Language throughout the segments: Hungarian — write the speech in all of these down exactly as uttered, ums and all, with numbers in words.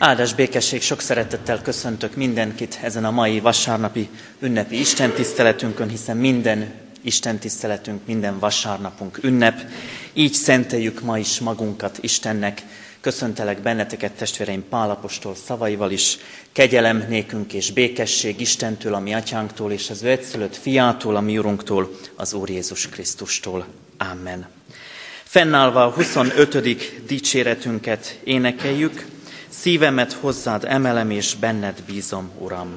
Áldás békesség, sok szeretettel köszöntök mindenkit ezen a mai vasárnapi ünnepi istentiszteletünkön, hiszen minden istentiszteletünk, minden vasárnapunk ünnep. Így szenteljük ma is magunkat Istennek. Köszöntelek benneteket, testvéreim, Pál apostol szavaival is. Kegyelem nékünk és békesség Istentől, a mi atyánktól, és az ő egyszülött fiától, a mi urunktól, az Úr Jézus Krisztustól. Amen. Fennállva a huszonötödik dicséretünket énekeljük. Szívemet hozzád emelem, és benned bízom, Uram.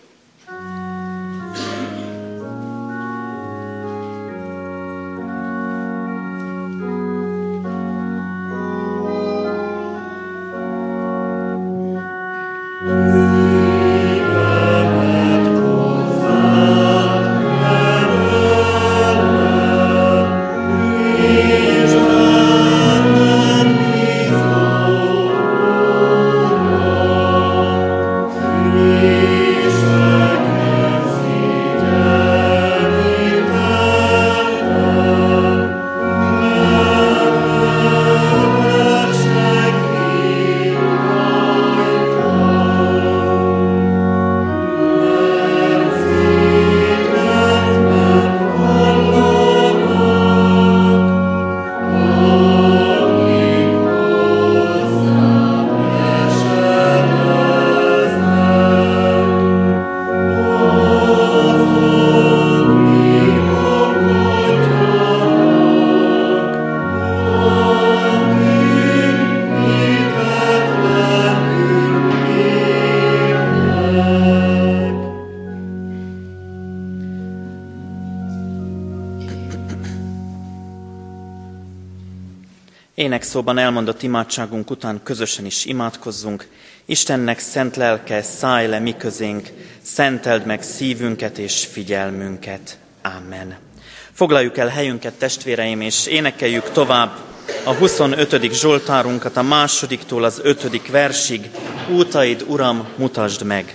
Énekszóban elmondott imádságunk után közösen is imádkozzunk. Istennek szent lelke, szállj le mi közénk, szenteld meg szívünket és figyelmünket. Amen. Foglaljuk el helyünket, testvéreim, és énekeljük tovább a huszonötödik zsoltárunkat a másodiktól az ötödik versig. Útaid, Uram, mutasd meg!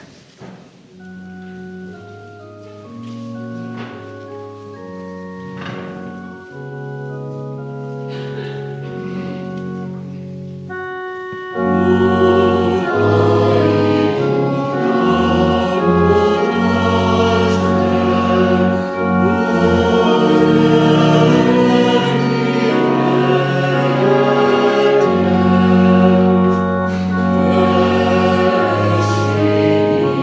Oh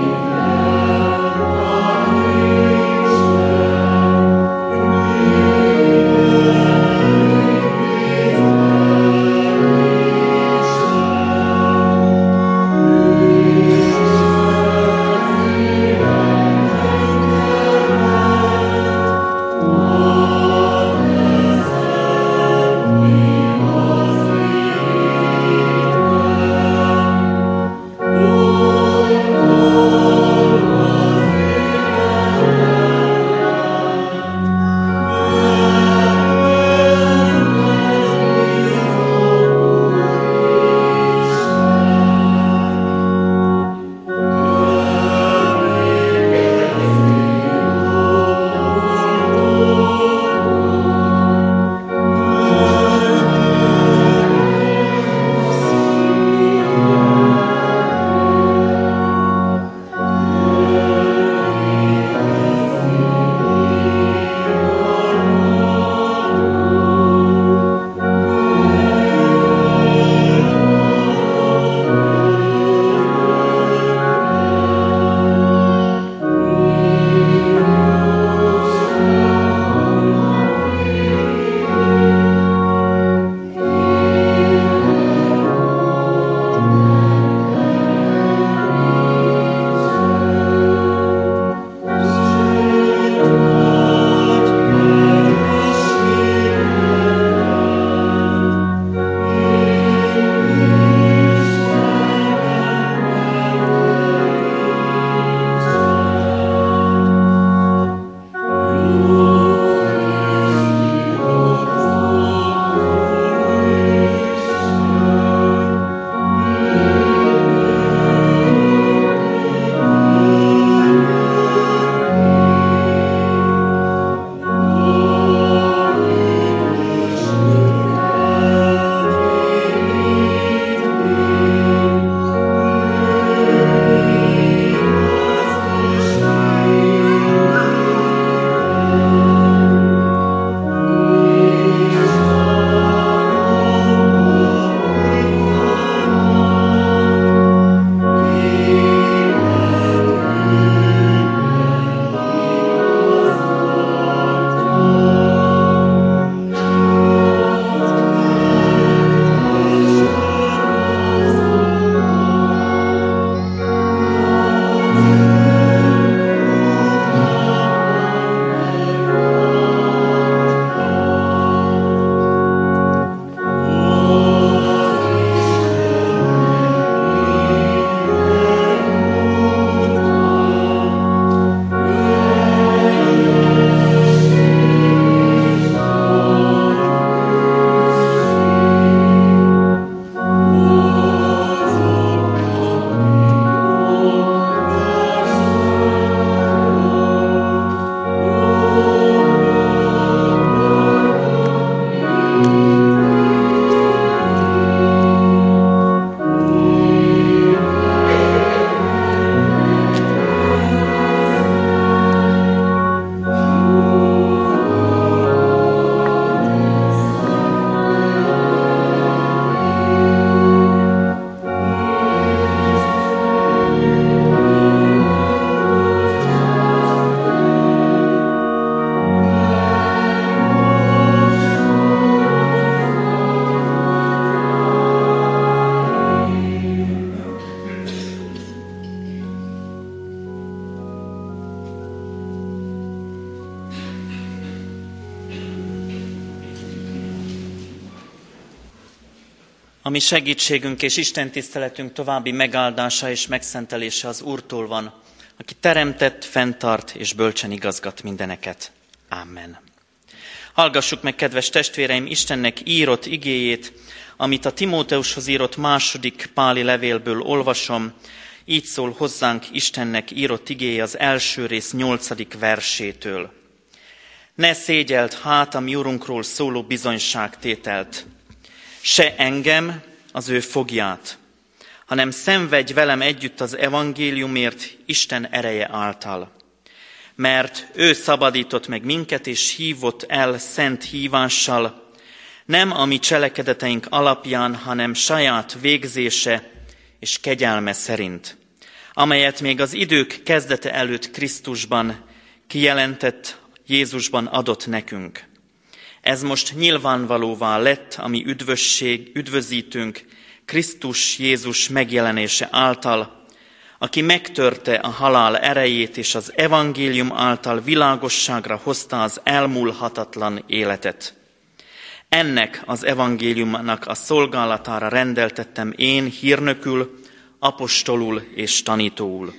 mi segítségünk és Isten tiszteletünk további megáldása és megszentelése az Úrtól van, aki teremtett, fenntart és bölcsen igazgat mindeneket. Amen. Hallgassuk meg, kedves testvéreim, Istennek írott igéjét, amit a Timóteushoz írott második páli levélből olvasom. Így szól hozzánk Istennek írott igéje az első rész nyolcadik versétől. Ne szégyeld hát a mi Urunkról szóló bizonyságtételt, se engem, az ő fogját, hanem szenvedj velem együtt az evangéliumért Isten ereje által. Mert ő szabadított meg minket és hívott el szent hívással, nem a mi cselekedeteink alapján, hanem saját végzése és kegyelme szerint, amelyet még az idők kezdete előtt Krisztusban kijelentett, Jézusban adott nekünk. Ez most nyilvánvalóvá lett, ami üdvösség, üdvözítünk Krisztus Jézus megjelenése által, aki megtörte a halál erejét és az evangélium által világosságra hozta az elmúlhatatlan életet. Ennek az evangéliumnak a szolgálatára rendeltettem én hírnökül, apostolul és tanítóul.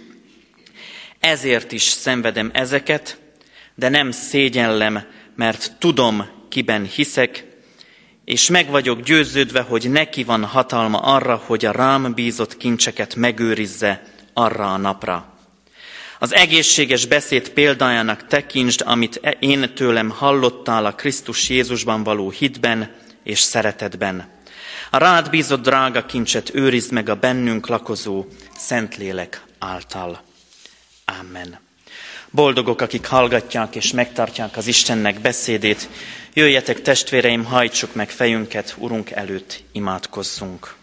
Ezért is szenvedem ezeket, de nem szégyellem, mert tudom, kiben hiszek, és meg vagyok győződve, hogy neki van hatalma arra, hogy a rám bízott kincseket megőrizze arra a napra. Az egészséges beszéd példájának tekintsd, amit én tőlem hallottál a Krisztus Jézusban való hitben és szeretetben. A rád bízott drága kincset őrizd meg a bennünk lakozó Szentlélek által. Amen. Boldogok, akik hallgatják és megtartják az Istennek beszédét. Jöjjetek, testvéreim, hajtsuk meg fejünket, Urunk előtt imádkozzunk.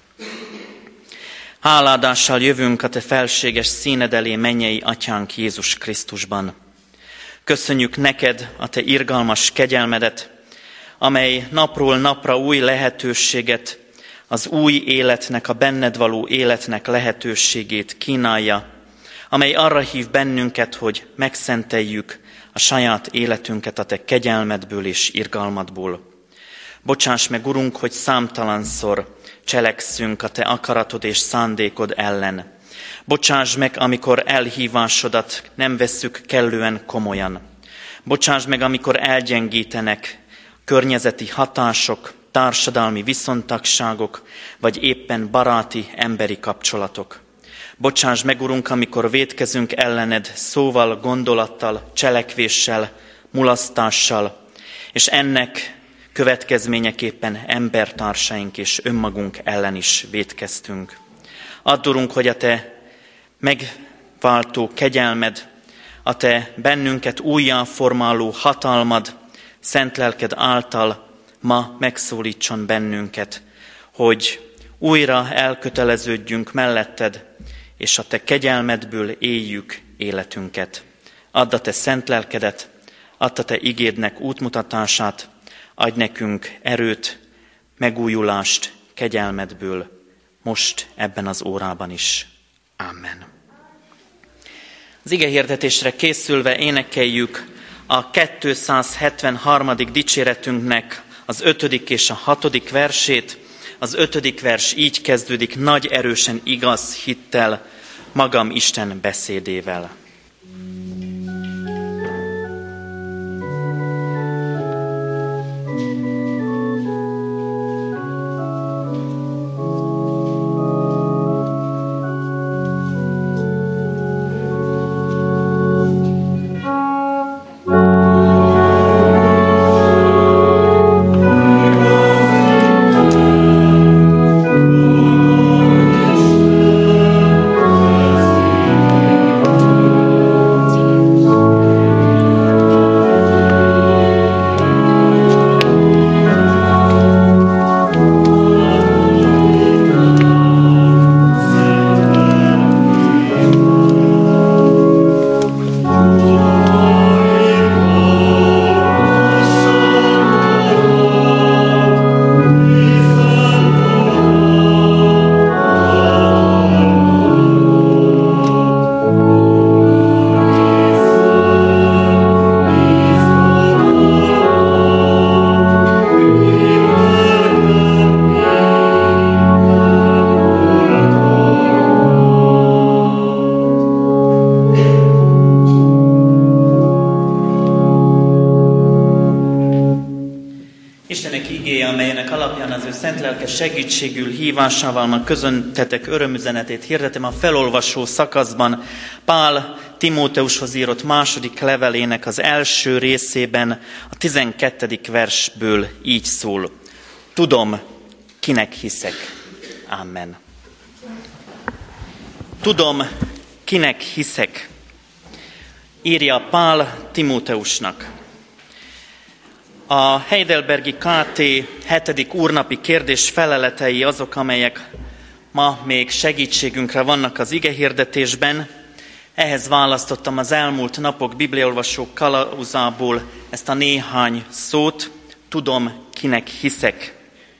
Háládással jövünk a te felséges színed elé, mennyei Atyánk Jézus Krisztusban. Köszönjük neked a te irgalmas kegyelmedet, amely napról napra új lehetőséget, az új életnek, a benned való életnek lehetőségét kínálja, amely arra hív bennünket, hogy megszenteljük a saját életünket a te kegyelmedből és irgalmadból. Bocsáss meg, Urunk, hogy számtalanszor cselekszünk a te akaratod és szándékod ellen. Bocsáss meg, amikor elhívásodat nem vesszük kellően komolyan. Bocsáss meg, amikor elgyengítenek környezeti hatások, társadalmi viszontagságok, vagy éppen baráti, emberi kapcsolatok. Bocsáss meg, Urunk, amikor vétkezünk ellened szóval, gondolattal, cselekvéssel, mulasztással, és ennek következményeképpen embertársaink és önmagunk ellen is vétkeztünk. Add, Urunk, hogy a te megváltó kegyelmed, a te bennünket újjá formáló hatalmad, szent lelked által ma megszólítson bennünket, hogy újra elköteleződjünk melletted, és a te kegyelmedből éljük életünket. Add a te szent lelkedet, add a te igédnek útmutatását, adj nekünk erőt, megújulást kegyelmedből, most ebben az órában is. Amen. Az igehirdetésre készülve énekeljük a kétszázhetvenharmadik dicséretünknek az ötödik és a hatodik versét. Az ötödik vers így kezdődik: nagy erősen igaz hittel, magam Isten beszédével. Thank you. amelynek alapján az ő szent lelke segítségül hívásával ma közöntetek örömüzenetét hirdetem a felolvasó szakaszban. Pál Timóteushoz írott második levelének az első részében a tizenkettedik versből így szól. Tudom, kinek hiszek. Amen. Tudom, kinek hiszek. Írja Pál Timóteusnak. A Heidelbergi ká té hetedik úrnapi kérdés feleletei azok, amelyek ma még segítségünkre vannak az igehirdetésben. Ehhez választottam az elmúlt napok bibliaolvasó kalauzából ezt a néhány szót. Tudom, kinek hiszek.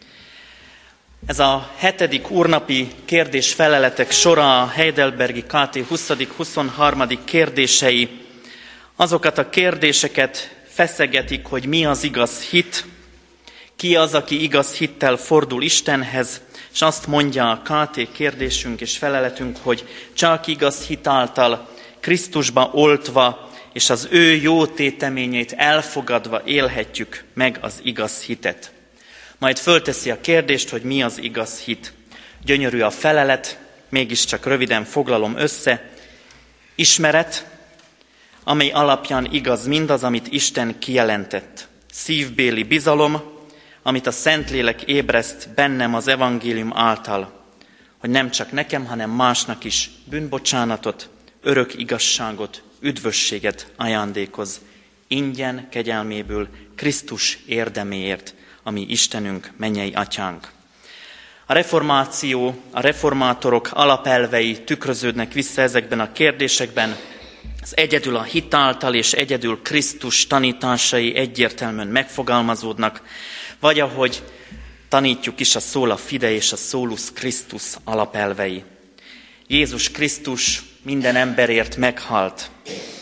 Ez a hetedik úrnapi kérdés feleletek sora, a Heidelbergi ká té huszadik-huszonharmadik kérdései, azokat a kérdéseket feszegetik, hogy mi az igaz hit, ki az, aki igaz hittel fordul Istenhez, és azt mondja a ká té kérdésünk és feleletünk, hogy csak igaz hit által, Krisztusba oltva, és az ő jó téteményét elfogadva élhetjük meg az igaz hitet. Majd fölteszi a kérdést, hogy mi az igaz hit. Gyönyörű a felelet, mégiscsak röviden foglalom össze. Ismeret, amely alapján igaz mindaz, amit Isten kijelentett. Szívbéli bizalom, amit a Szentlélek ébreszt bennem az evangélium által, hogy nem csak nekem, hanem másnak is bűnbocsánatot, örök igazságot, üdvösséget ajándékoz, ingyen kegyelméből, Krisztus érdeméért, ami Istenünk, mennyei atyánk. A reformáció, a reformátorok alapelvei tükröződnek vissza ezekben a kérdésekben. Az egyedül a hit által és egyedül Krisztus tanításai egyértelműen megfogalmazódnak, vagy ahogy tanítjuk is a Sola Fide és a Solus Christus alapelvei. Jézus Krisztus minden emberért meghalt.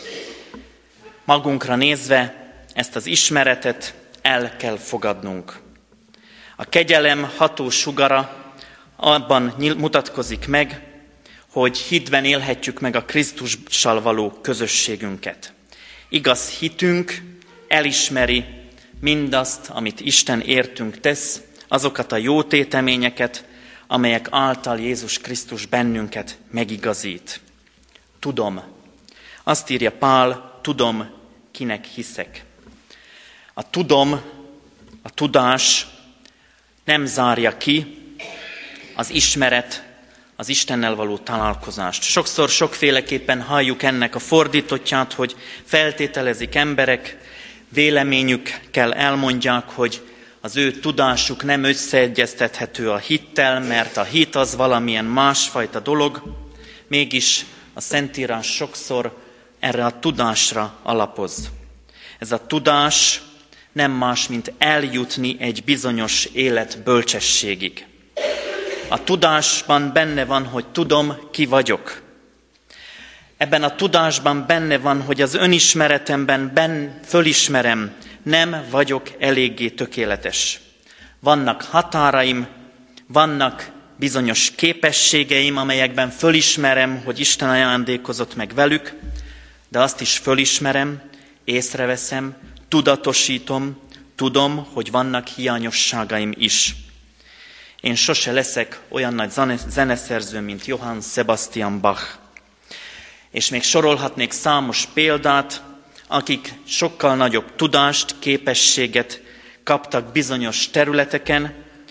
Magunkra nézve ezt az ismeretet el kell fogadnunk. A kegyelem ható sugara abban mutatkozik meg, hogy hitben élhetjük meg a Krisztussal való közösségünket. Igaz hitünk elismeri mindazt, amit Isten értünk tesz, azokat a jó téteményeket, amelyek által Jézus Krisztus bennünket megigazít. Tudom. Azt írja Pál, tudom, kinek hiszek. A tudom, a tudás nem zárja ki az ismeret, az Istennel való találkozást. Sokszor sokféleképpen halljuk ennek a fordítottját, hogy feltételezik emberek, véleményükkel elmondják, hogy az ő tudásuk nem összeegyeztethető a hittel, mert a hit az valamilyen másfajta dolog, mégis a Szentírás sokszor erre a tudásra alapoz. Ez a tudás nem más, mint eljutni egy bizonyos élet bölcsességig. A tudásban benne van, hogy tudom, ki vagyok. Ebben a tudásban benne van, hogy az önismeretemben ben, fölismerem, nem vagyok eléggé tökéletes. Vannak határaim, vannak bizonyos képességeim, amelyekben fölismerem, hogy Isten ajándékozott meg velük, de azt is fölismerem, észreveszem, tudatosítom, tudom, hogy vannak hiányosságaim is. Én sose leszek olyan nagy zeneszerző, mint Johann Sebastian Bach. És még sorolhatnék számos példát, akik sokkal nagyobb tudást, képességet kaptak bizonyos területeken,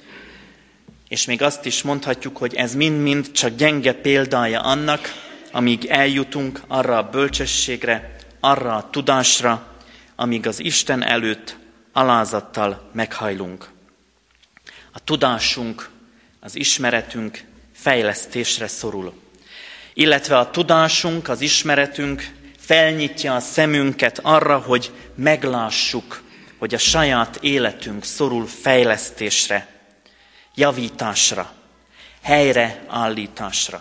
és még azt is mondhatjuk, hogy ez mind-mind csak gyenge példája annak, amíg eljutunk arra a bölcsességre, arra a tudásra, amíg az Isten előtt alázattal meghajlunk. A tudásunk, az ismeretünk fejlesztésre szorul. Illetve a tudásunk, az ismeretünk felnyitja a szemünket arra, hogy meglássuk, hogy a saját életünk szorul fejlesztésre, javításra, helyreállításra.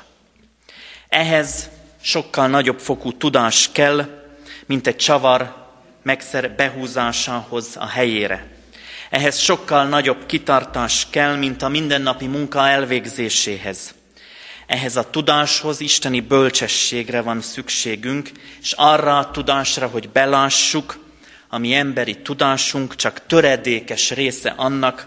Ehhez sokkal nagyobb fokú tudás kell, mint egy csavar megszer behúzásához a helyére. Ehhez sokkal nagyobb kitartás kell, mint a mindennapi munka elvégzéséhez. Ehhez a tudáshoz isteni bölcsességre van szükségünk, és arra a tudásra, hogy belássuk, a mi emberi tudásunk csak töredékes része annak,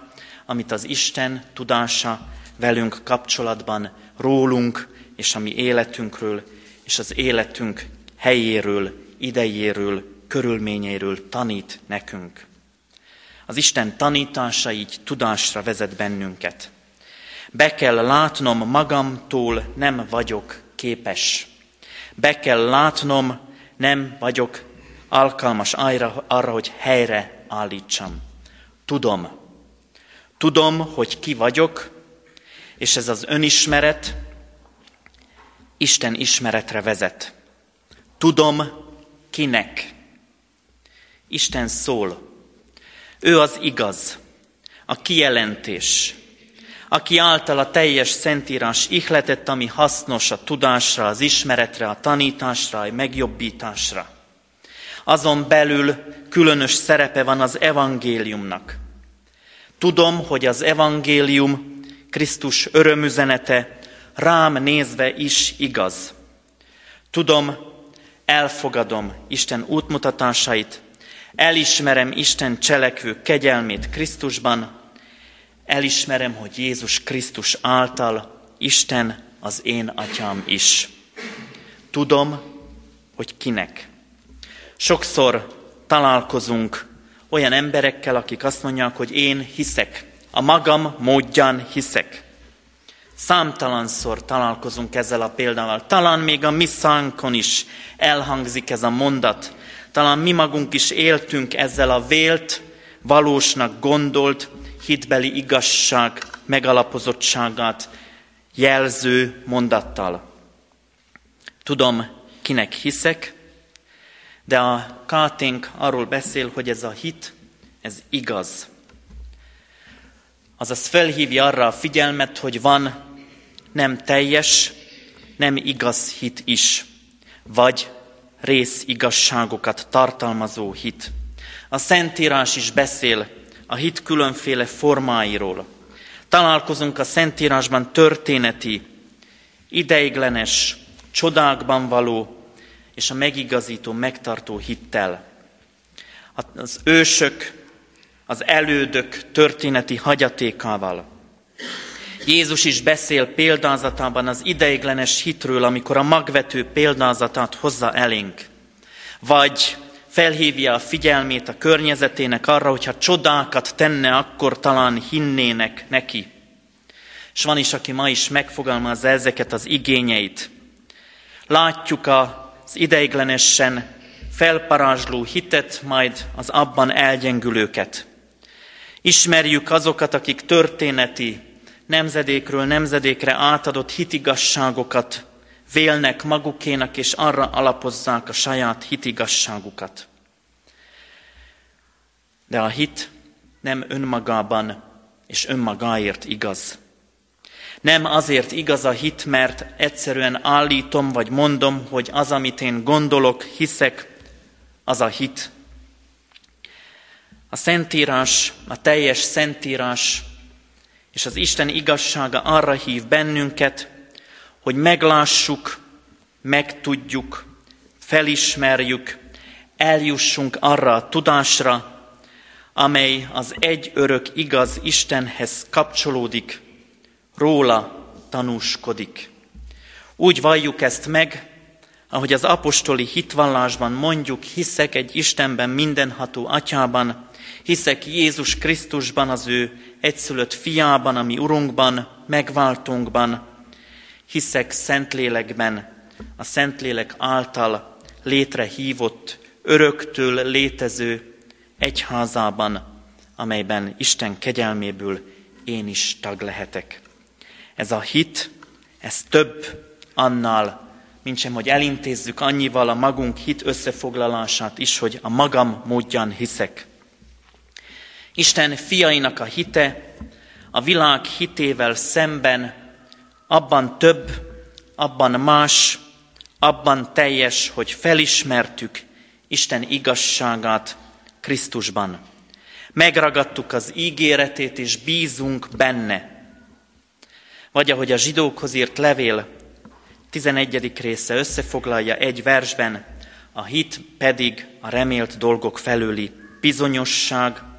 amit az Isten tudása velünk kapcsolatban rólunk, és a mi életünkről, és az életünk helyéről, idejéről, körülményeiről tanít nekünk. Az Isten tanítása így tudásra vezet bennünket. Be kell látnom magamtól, nem vagyok képes. Be kell látnom, nem vagyok alkalmas arra, arra, hogy helyre állítsam. Tudom. Tudom, hogy ki vagyok, és ez az önismeret Isten ismeretre vezet. Tudom, kinek. Isten szól. Ő az igaz, a kijelentés, aki által a teljes Szentírás ihletett, ami hasznos a tudásra, az ismeretre, a tanításra, a megjobbításra. Azon belül különös szerepe van az evangéliumnak. Tudom, hogy az evangélium, Krisztus örömüzenete rám nézve is igaz. Tudom, elfogadom Isten útmutatásait, elismerem Isten cselekvő kegyelmét Krisztusban, elismerem, hogy Jézus Krisztus által Isten az én atyám is. Tudom, hogy kinek. Sokszor találkozunk olyan emberekkel, akik azt mondják, hogy én hiszek, a magam módján hiszek. Számtalanszor találkozunk ezzel a példával. Talán még a mi szánkon is elhangzik ez a mondat. Talán mi magunk is éltünk ezzel a vélt, valósnak gondolt, hitbeli igazság megalapozottságát jelző mondattal. Tudom, kinek hiszek, de a káténk arról beszél, hogy ez a hit, ez igaz. Azaz felhívja arra a figyelmet, hogy van nem teljes, nem igaz hit is, vagy rész igazságokat tartalmazó hit. A Szentírás is beszél a hit különféle formáiról. Találkozunk a Szentírásban történeti, ideiglenes, csodákban való és a megigazító, megtartó hittel. Az ősök, az elődök történeti hagyatékával. Jézus is beszél példázatában az ideiglenes hitről, amikor a magvető példázatát hozza elénk. Vagy felhívja a figyelmét a környezetének arra, hogyha csodákat tenne, akkor talán hinnének neki. És van is, aki ma is megfogalmazza ezeket az igényeit. Látjuk az ideiglenesen felparázsló hitet, majd az abban elgyengülőket. Ismerjük azokat, akik történeti, nemzedékről nemzedékre átadott hitigasságokat vélnek magukénak, és arra alapozzák a saját hitigasságukat. De a hit nem önmagában és önmagáért igaz. Nem azért igaz a hit, mert egyszerűen állítom vagy mondom, hogy az, amit én gondolok, hiszek, az a hit. A Szentírás, a teljes Szentírás és az Isten igazsága arra hív bennünket, hogy meglássuk, megtudjuk, felismerjük, eljussunk arra a tudásra, amely az egy örök igaz Istenhez kapcsolódik, róla tanúskodik. Úgy valljuk ezt meg, ahogy az apostoli hitvallásban mondjuk, hiszek egy Istenben mindenható atyában, hiszek Jézus Krisztusban, az ő egyszülött fiában, a mi Urunkban, megváltónkban, hiszek Szentlélekben, a Szentlélek által létrehívott, öröktől létező egyházában, amelyben Isten kegyelméből én is tag lehetek. Ez a hit, ez több annál, mintsem, hogy elintézzük annyival a magunk hit összefoglalását is, hogy a magam módján hiszek. Isten fiainak a hite a világ hitével szemben abban több, abban más, abban teljes, hogy felismertük Isten igazságát Krisztusban. Megragadtuk az ígéretét, és bízunk benne. Vagy ahogy a zsidókhoz írt levél tizenegyedik része összefoglalja egy versben, a hit pedig a remélt dolgok felőli bizonyosság,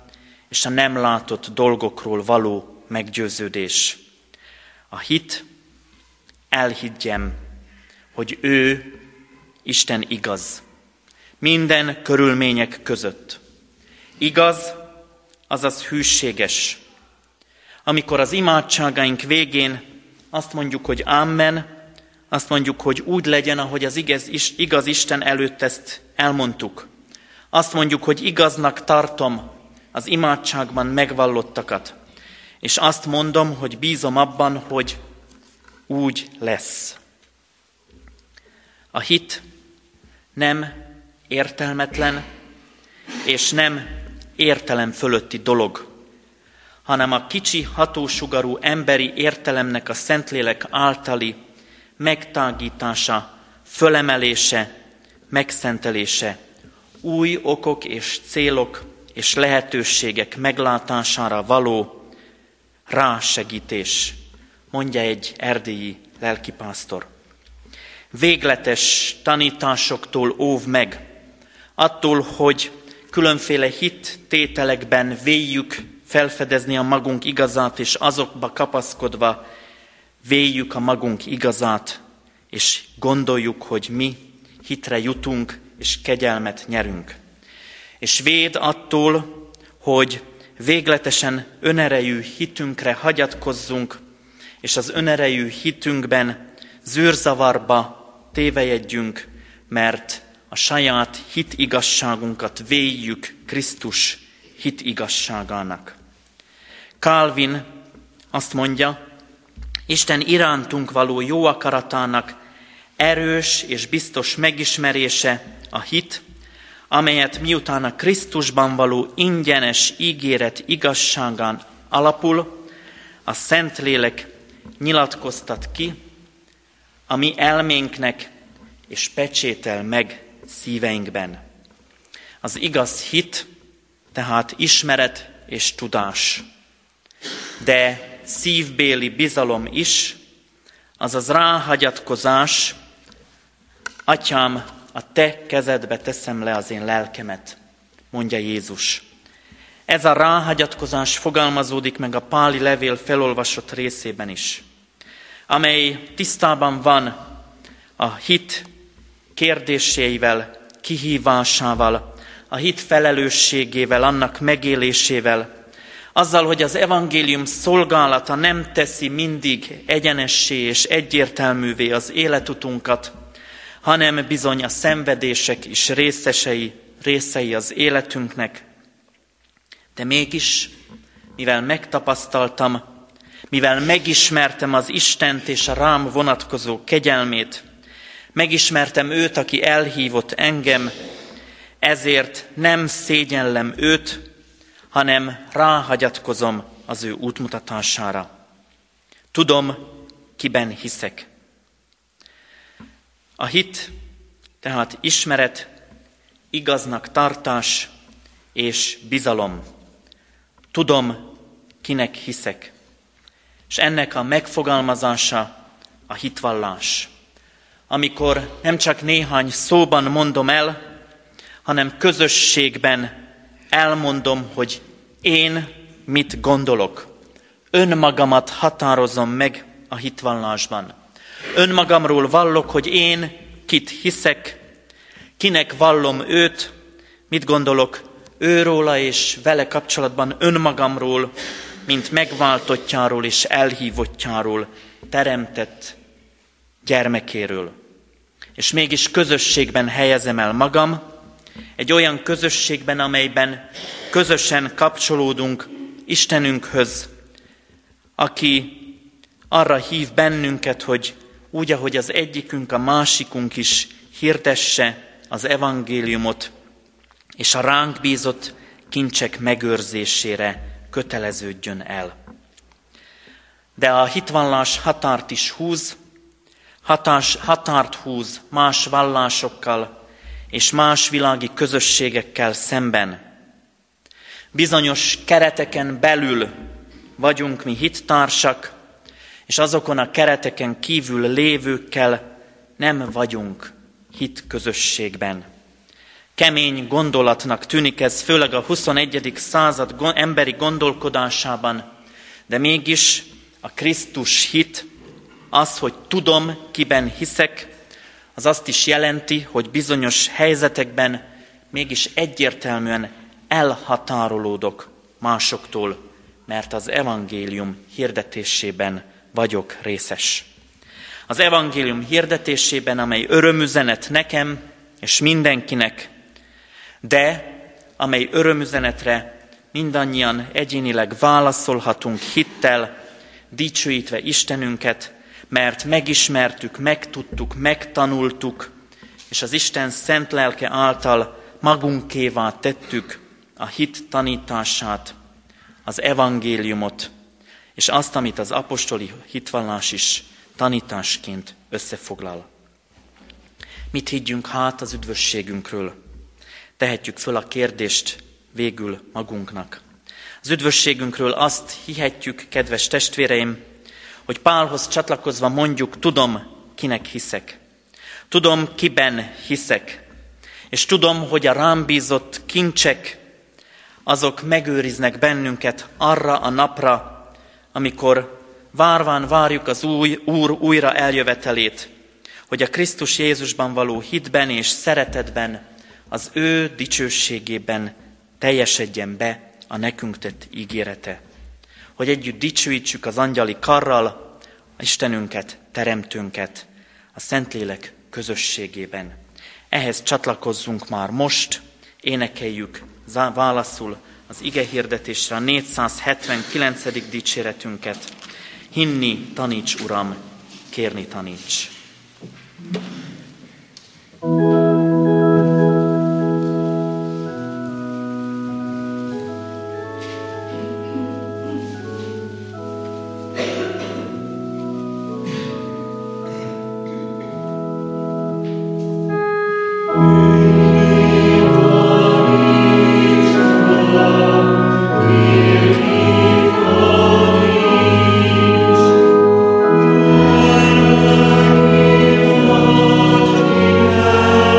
és a nem látott dolgokról való meggyőződés. A hit, elhiggyem, hogy ő, Isten igaz. Minden körülmények között. Igaz, azaz hűséges. Amikor az imádságaink végén azt mondjuk, hogy Amen, azt mondjuk, hogy úgy legyen, ahogy az igaz, igaz Isten előtt ezt elmondtuk. Azt mondjuk, hogy igaznak tartom az imádságban megvallottakat. És azt mondom, hogy bízom abban, hogy úgy lesz. A hit nem értelmetlen és nem értelem fölötti dolog, hanem a kicsi hatósugarú emberi értelemnek a Szentlélek általi megtágítása, fölemelése, megszentelése, új okok és célok és lehetőségek meglátására való rásegítés, mondja egy erdélyi lelkipásztor. Végletes tanításoktól óv meg, attól, hogy különféle hit tételekben véljük felfedezni a magunk igazát, és azokba kapaszkodva véljük a magunk igazát, és gondoljuk, hogy mi hitre jutunk, és kegyelmet nyerünk. És véd attól, hogy végletesen önerejű hitünkre hagyatkozzunk, és az önerejű hitünkben zűrzavarba tévejedjünk, mert a saját hitigazságunkat véljük Krisztus hitigazságának. Calvin azt mondja, Isten irántunk való jó akaratának erős és biztos megismerése a hit, amelyet miután a Krisztusban való ingyenes ígéret igazságán alapul, a Szentlélek nyilatkoztat ki, a mi elménknek és pecsétel meg szíveinkben. Az igaz hit, tehát ismeret és tudás, de szívbéli bizalom is, azaz ráhagyatkozás, Atyám, a te kezedbe teszem le az én lelkemet, mondja Jézus. Ez a ráhagyatkozás fogalmazódik meg a Páli levél felolvasott részében is, amely tisztában van a hit kérdéseivel, kihívásával, a hit felelősségével, annak megélésével, azzal, hogy az evangélium szolgálata nem teszi mindig egyenessé és egyértelművé az életutunkat, hanem bizony a szenvedések is részesei, részei az életünknek. De mégis, mivel megtapasztaltam, mivel megismertem az Istent és a rám vonatkozó kegyelmét, megismertem őt, aki elhívott engem, ezért nem szégyellem őt, hanem ráhagyatkozom az ő útmutatására. Tudom, kiben hiszek. A hit, tehát ismeret, igaznak tartás és bizalom. Tudom, kinek hiszek. És ennek a megfogalmazása a hitvallás. Amikor nem csak néhány szóban mondom el, hanem közösségben elmondom, hogy én mit gondolok. Önmagamat határozom meg a hitvallásban. Önmagamról vallok, hogy én kit hiszek, kinek vallom őt, mit gondolok őróla és vele kapcsolatban önmagamról, mint megváltottjáról és elhívottjáról, teremtett gyermekéről. És mégis közösségben helyezem el magam, egy olyan közösségben, amelyben közösen kapcsolódunk Istenünkhöz, aki arra hív bennünket, hogy úgy, ahogy az egyikünk, a másikunk is hirdesse az evangéliumot, és a ránk bízott kincsek megőrzésére köteleződjön el. De a hitvallás határt is húz, hatás, határt húz más vallásokkal és más világi közösségekkel szemben. Bizonyos kereteken belül vagyunk mi hittársak, és azokon a kereteken kívül lévőkkel nem vagyunk hitközösségben. Kemény gondolatnak tűnik ez, főleg a huszonegyedik század emberi gondolkodásában, de mégis a Krisztus hit, az, hogy tudom, kiben hiszek, az azt is jelenti, hogy bizonyos helyzetekben mégis egyértelműen elhatárolódok másoktól, mert az evangélium hirdetésében vagyok részes. Az evangélium hirdetésében, amely örömüzenet nekem és mindenkinek, de amely örömüzenetre mindannyian egyénileg válaszolhatunk hittel, dicsőítve Istenünket, mert megismertük, megtudtuk, megtanultuk, és az Isten szent lelke által magunkévá tettük a hit tanítását, az evangéliumot, és azt, amit az apostoli hitvallás is tanításként összefoglal. Mit higgyünk hát az üdvösségünkről? Tehetjük föl a kérdést végül magunknak. Az üdvösségünkről azt hihetjük, kedves testvéreim, hogy Pálhoz csatlakozva mondjuk, tudom, kinek hiszek. Tudom, kiben hiszek. És tudom, hogy a rám bízott kincsek, azok megőriznek bennünket arra a napra, amikor várván várjuk az új, Úr újra eljövetelét, hogy a Krisztus Jézusban való hitben és szeretetben, az ő dicsőségében teljesedjen be a nekünk tett ígérete. Hogy együtt dicsőítsük az angyali karral Istenünket, Teremtőnket a Szentlélek közösségében. Ehhez csatlakozzunk már most, énekeljük válaszul az igehirdetésre a négyszázhetvenkilencedik dicséretünket. Hinni taníts, Uram, kérni taníts. Amen.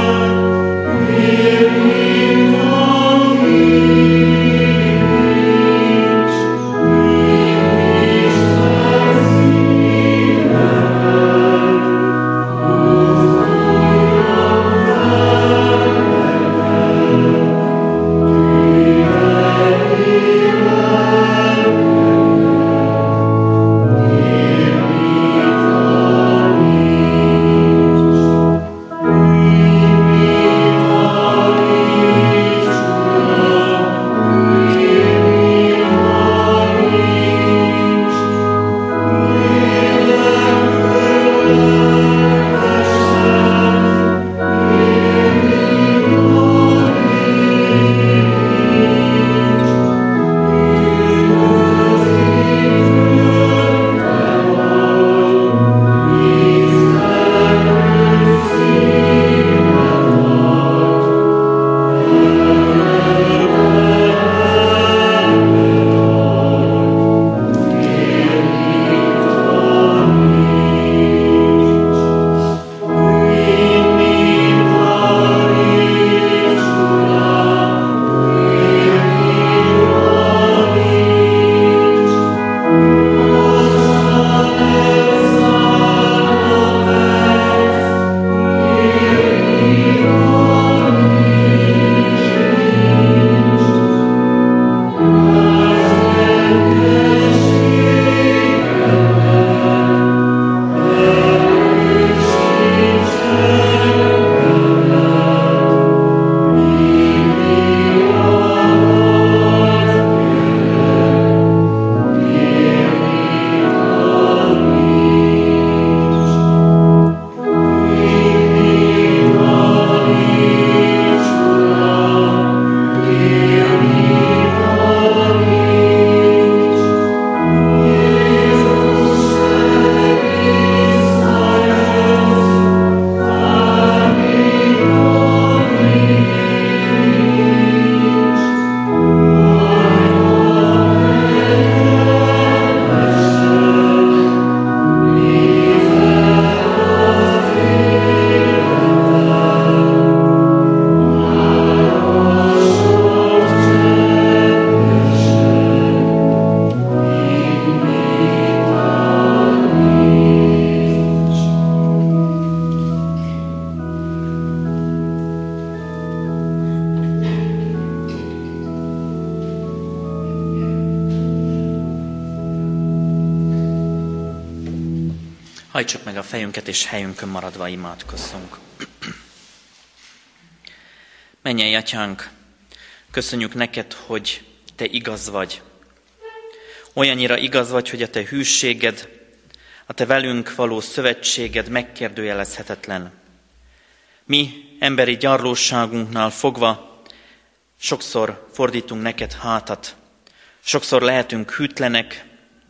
Hajtsuk meg a fejünket, és helyünkön maradva imádkozzunk. Mennyei Atyánk, köszönjük neked, hogy te igaz vagy. Olyannyira igaz vagy, hogy a te hűséged, a te velünk való szövetséged megkérdőjelezhetetlen. Mi emberi gyarlóságunknál fogva sokszor fordítunk neked hátat, sokszor lehetünk hűtlenek,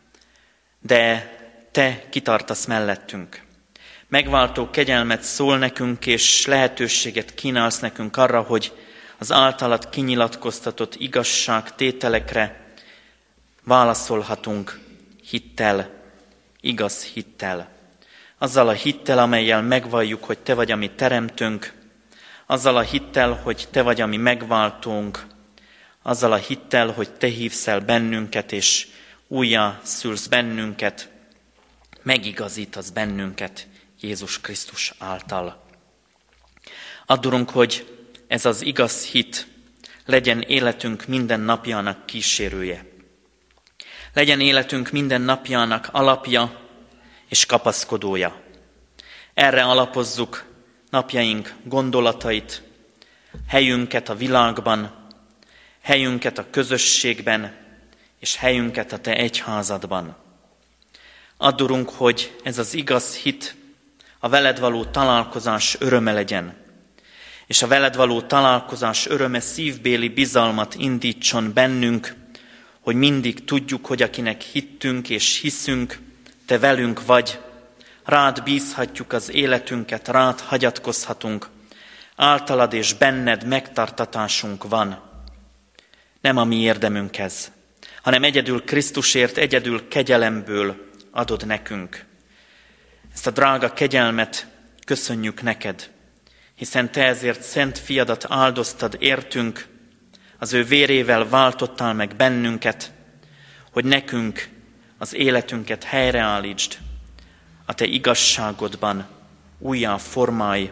de te kitartasz mellettünk. Megváltó kegyelmet szól nekünk, és lehetőséget kínálsz nekünk arra, hogy az általad kinyilatkoztatott igazság tételekre válaszolhatunk hittel, igaz hittel. Azzal a hittel, amellyel megvalljuk, hogy te vagy a mi teremtőnk, azzal a hittel, hogy te vagy a mi megváltónk, azzal a hittel, hogy te hívsz el bennünket, és újjá szülsz bennünket, megigazítasz bennünket Jézus Krisztus által. Add, Urunk, hogy ez az igaz hit legyen életünk minden napjának kísérője. Legyen életünk minden napjának alapja és kapaszkodója. Erre alapozzuk napjaink gondolatait, helyünket a világban, helyünket a közösségben, és helyünket a te egyházadban. Add, Urunk, hogy ez az igaz hit a veled való találkozás öröme legyen, és a veled való találkozás öröme szívbéli bizalmat indítson bennünk, hogy mindig tudjuk, hogy akinek hittünk és hiszünk, te velünk vagy, rád bízhatjuk az életünket, rád hagyatkozhatunk, általad és benned megtartatásunk van. Nem a mi érdemünk ez, hanem egyedül Krisztusért, egyedül kegyelemből adod nekünk. Ezt a drága kegyelmet köszönjük neked, hiszen te ezért szent fiadat áldoztad értünk, az ő vérével váltottál meg bennünket, hogy nekünk az életünket helyreállítsd, a te igazságodban újjá formálj,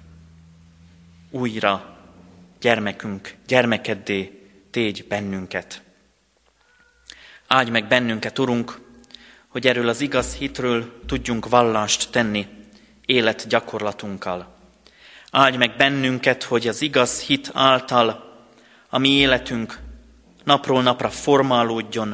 újra gyermekünk, gyermekeddé tégy bennünket. Áldj meg bennünket, Urunk, hogy erről az igaz hitről tudjunk vallást tenni életgyakorlatunkkal. Áldj meg bennünket, hogy az igaz hit által a mi életünk napról napra formálódjon,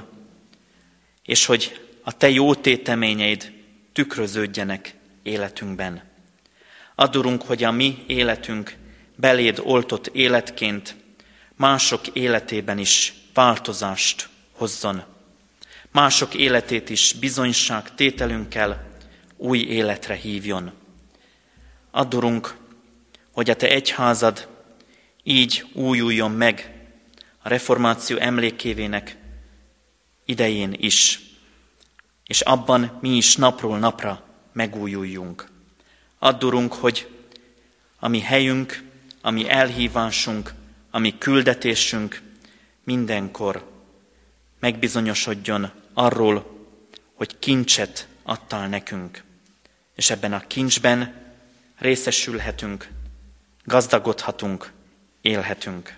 és hogy a te jó téteményeid tükröződjenek életünkben. Add, Urunk, hogy a mi életünk beléd oltott életként mások életében is változást hozzon. Mások életét is bizonyság tételünkkel új életre hívjon. Add, Urunk, hogy a te egyházad így újuljon meg a reformáció emlékévének idején is, és abban mi is napról napra megújuljunk. Add, Urunk, hogy a mi helyünk, a mi elhívásunk, a mi küldetésünk mindenkor megbizonyosodjon arról, hogy kincset adtál nekünk, és ebben a kincsben részesülhetünk, gazdagodhatunk, élhetünk.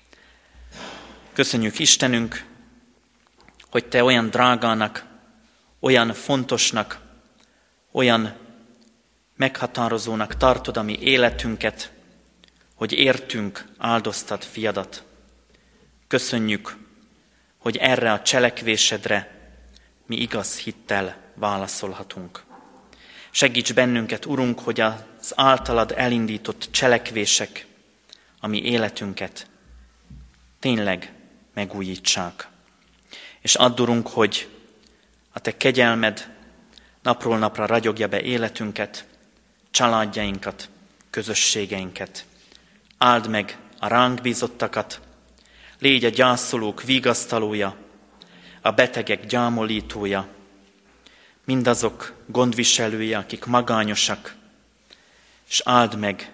Köszönjük, Istenünk, hogy te olyan drágának, olyan fontosnak, olyan meghatározónak tartod a mi életünket, hogy értünk áldoztad fiadat. Köszönjük, hogy erre a cselekvésedre mi igaz hittel válaszolhatunk. Segíts bennünket, Urunk, hogy az általad elindított cselekvések a mi életünket tényleg megújítsák. És add, Urunk, hogy a te kegyelmed napról napra ragyogja be életünket, családjainkat, közösségeinket. Áld meg a ránk bízottakat, légy a gyászolók vigasztalója, a betegek gyámolítója, mindazok gondviselője, akik magányosak, és áld meg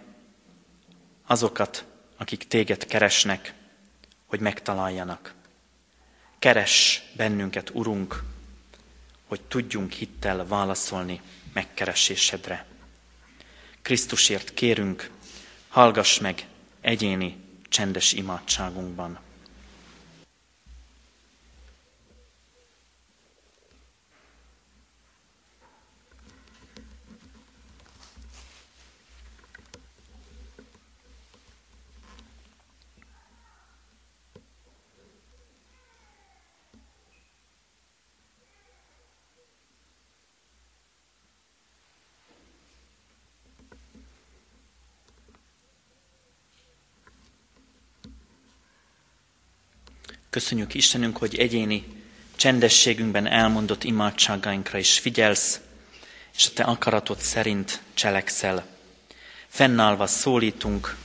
azokat, akik téged keresnek, hogy megtaláljanak. Keress bennünket, Urunk, hogy tudjunk hittel válaszolni megkeresésedre. Krisztusért kérünk, hallgass meg egyéni, csendes imádságunkban. Köszönjük Istenünk, hogy egyéni csendességünkben elmondott imádságainkra is figyelsz, és a te akaratod szerint cselekszel. Fennállva szólítunk,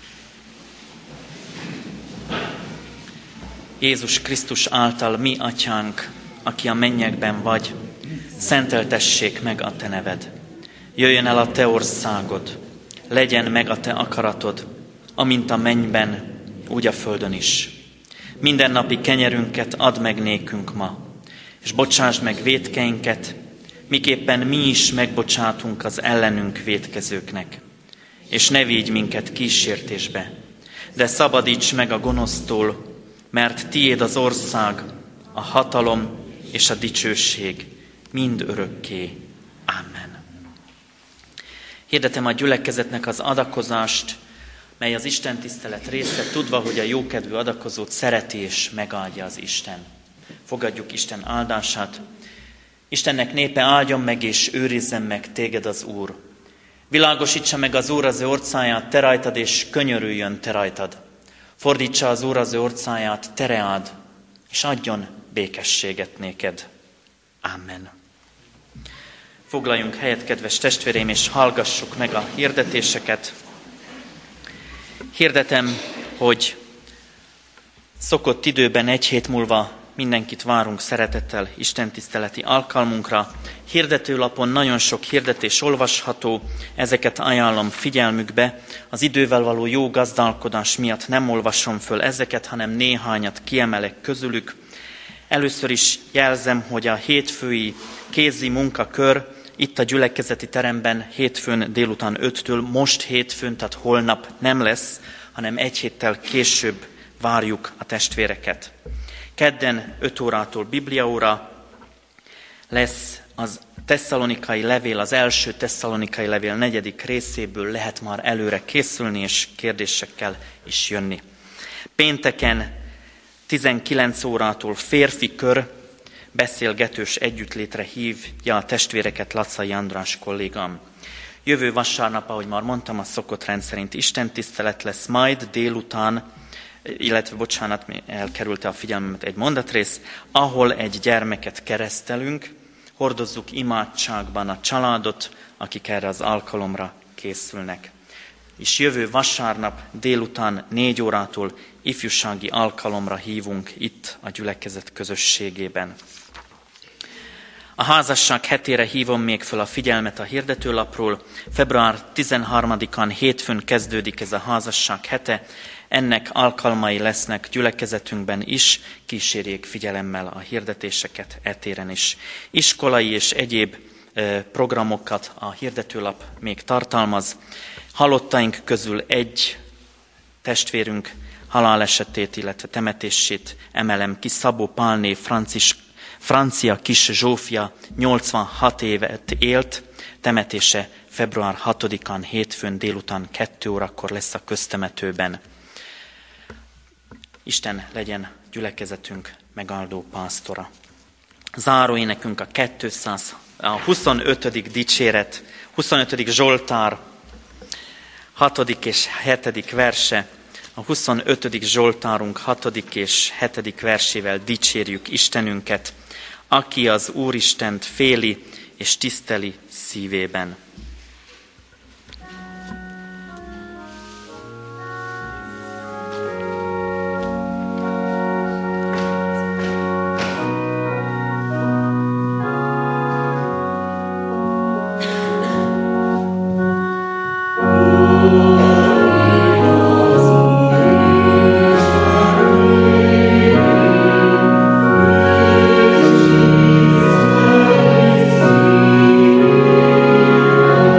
Jézus Krisztus által mi atyánk, aki a mennyekben vagy, szenteltessék meg a te neved. Jöjjön el a te országod, legyen meg a te akaratod, amint a mennyben, úgy a földön is. Mindennapi kenyerünket add meg nékünk ma, és bocsásd meg vétkeinket, miképpen mi is megbocsátunk az ellenünk vétkezőknek. És ne vigy minket kísértésbe, de szabadíts meg a gonosztól, mert tiéd az ország, a hatalom és a dicsőség mind örökké. Amen. Hirdetem a gyülekezetnek az adakozást, mely az Isten tisztelet része, tudva, hogy a jókedvű adakozót szereti és megáldja az Isten. Fogadjuk Isten áldását. Istennek népe, áldjon meg és őrizzen meg téged az Úr. Világosítsa meg az Úr az ő orcáját te rajtad, és könyörüljön te rajtad. Fordítsa az Úr az ő orcáját te reád, és adjon békességet néked. Amen. Foglaljunk helyet, kedves testvéreim, és hallgassuk meg a hirdetéseket. Hirdetem, hogy szokott időben egy hét múlva mindenkit várunk szeretettel istentiszteleti alkalmunkra. Hirdetőlapon nagyon sok hirdetés olvasható, ezeket ajánlom figyelmükbe. Az idővel való jó gazdálkodás miatt nem olvasom föl ezeket, hanem néhányat kiemelek közülük. Először is jelzem, hogy a hétfői kézi munkakör itt a gyülekezeti teremben hétfőn délután öttől, most hétfőn, tehát holnap nem lesz, hanem egy héttel később várjuk a testvéreket. Kedden öt órától bibliaóra lesz az tesszalonikai levél, az első tesszalonikai levél negyedik részéből lehet már előre készülni és kérdésekkel is jönni. Pénteken tizenkilenc órától férfi kör, beszélgetős együttlétre hívja a testvéreket Lacai András kollégám. Jövő vasárnap, ahogy már mondtam, a szokott rendszerint istentisztelet lesz, majd délután, illetve bocsánat, elkerülte a figyelmemet egy mondatrész, ahol egy gyermeket keresztelünk, hordozzuk imádságban a családot, akik erre az alkalomra készülnek. És jövő vasárnap délután négy órától ifjúsági alkalomra hívunk itt a gyülekezet közösségében. A házasság hetére hívom még föl a figyelmet a hirdetőlapról. február tizenharmadikán hétfőn kezdődik ez a házasság hete. Ennek alkalmai lesznek gyülekezetünkben is, kísérjék figyelemmel a hirdetéseket etéren is. Iskolai és egyéb programokat a hirdetőlap még tartalmaz. Halottaink közül egy testvérünk halálesetét, illetve temetését emelem ki. Szabó Pálné Francis, francia kis Zsófia nyolcvanhat évet élt, temetése február hatodikán hétfőn délután kettő órakor lesz a köztemetőben. Isten legyen gyülekezetünk megáldó pásztora. Záróénekünk a kétszáz, a huszonötödik dicséret, huszonötödik Zsoltár, hatodik és hetedik verse. A huszonötödik Zsoltárunk hatodik és hetedik versével dicsérjük Istenünket, aki az Úristent féli és tiszteli szívében. Amen.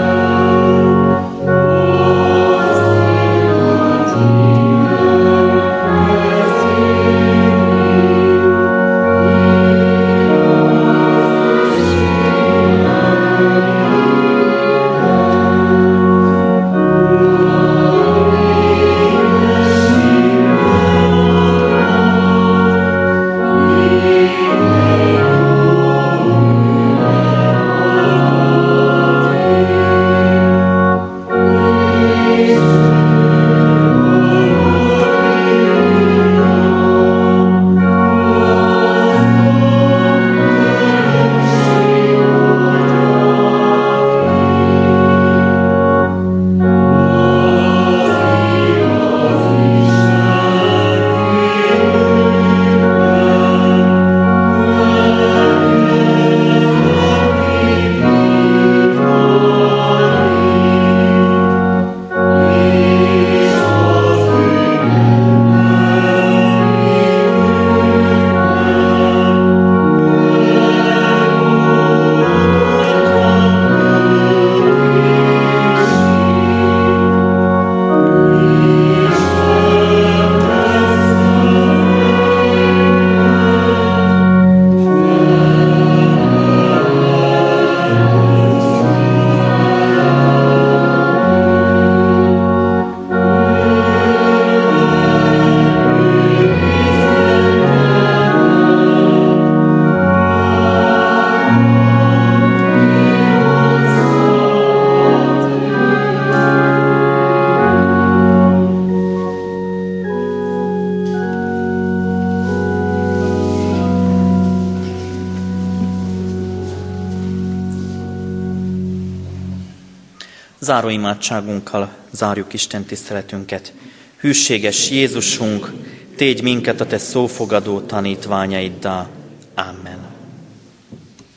Záróimádságunkkal zárjuk Isten tiszteletünket. Hűséges Jézusunk, tégy minket a te szófogadó tanítványaiddá.